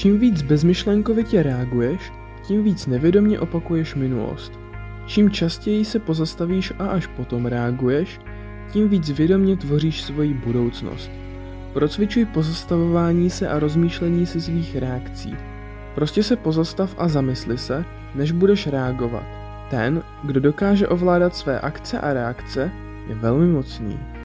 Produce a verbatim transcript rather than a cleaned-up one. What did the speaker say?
Čím víc bezmyšlenkovitě reaguješ, tím víc nevědomě opakuješ minulost. Čím častěji se pozastavíš a až potom reaguješ, tím víc vědomě tvoříš svoji budoucnost. Procvičuj pozastavování se a rozmýšlení si svých reakcí. Prostě se pozastav a zamysli se, než budeš reagovat. Ten, kdo dokáže ovládat své akce a reakce, je velmi mocný.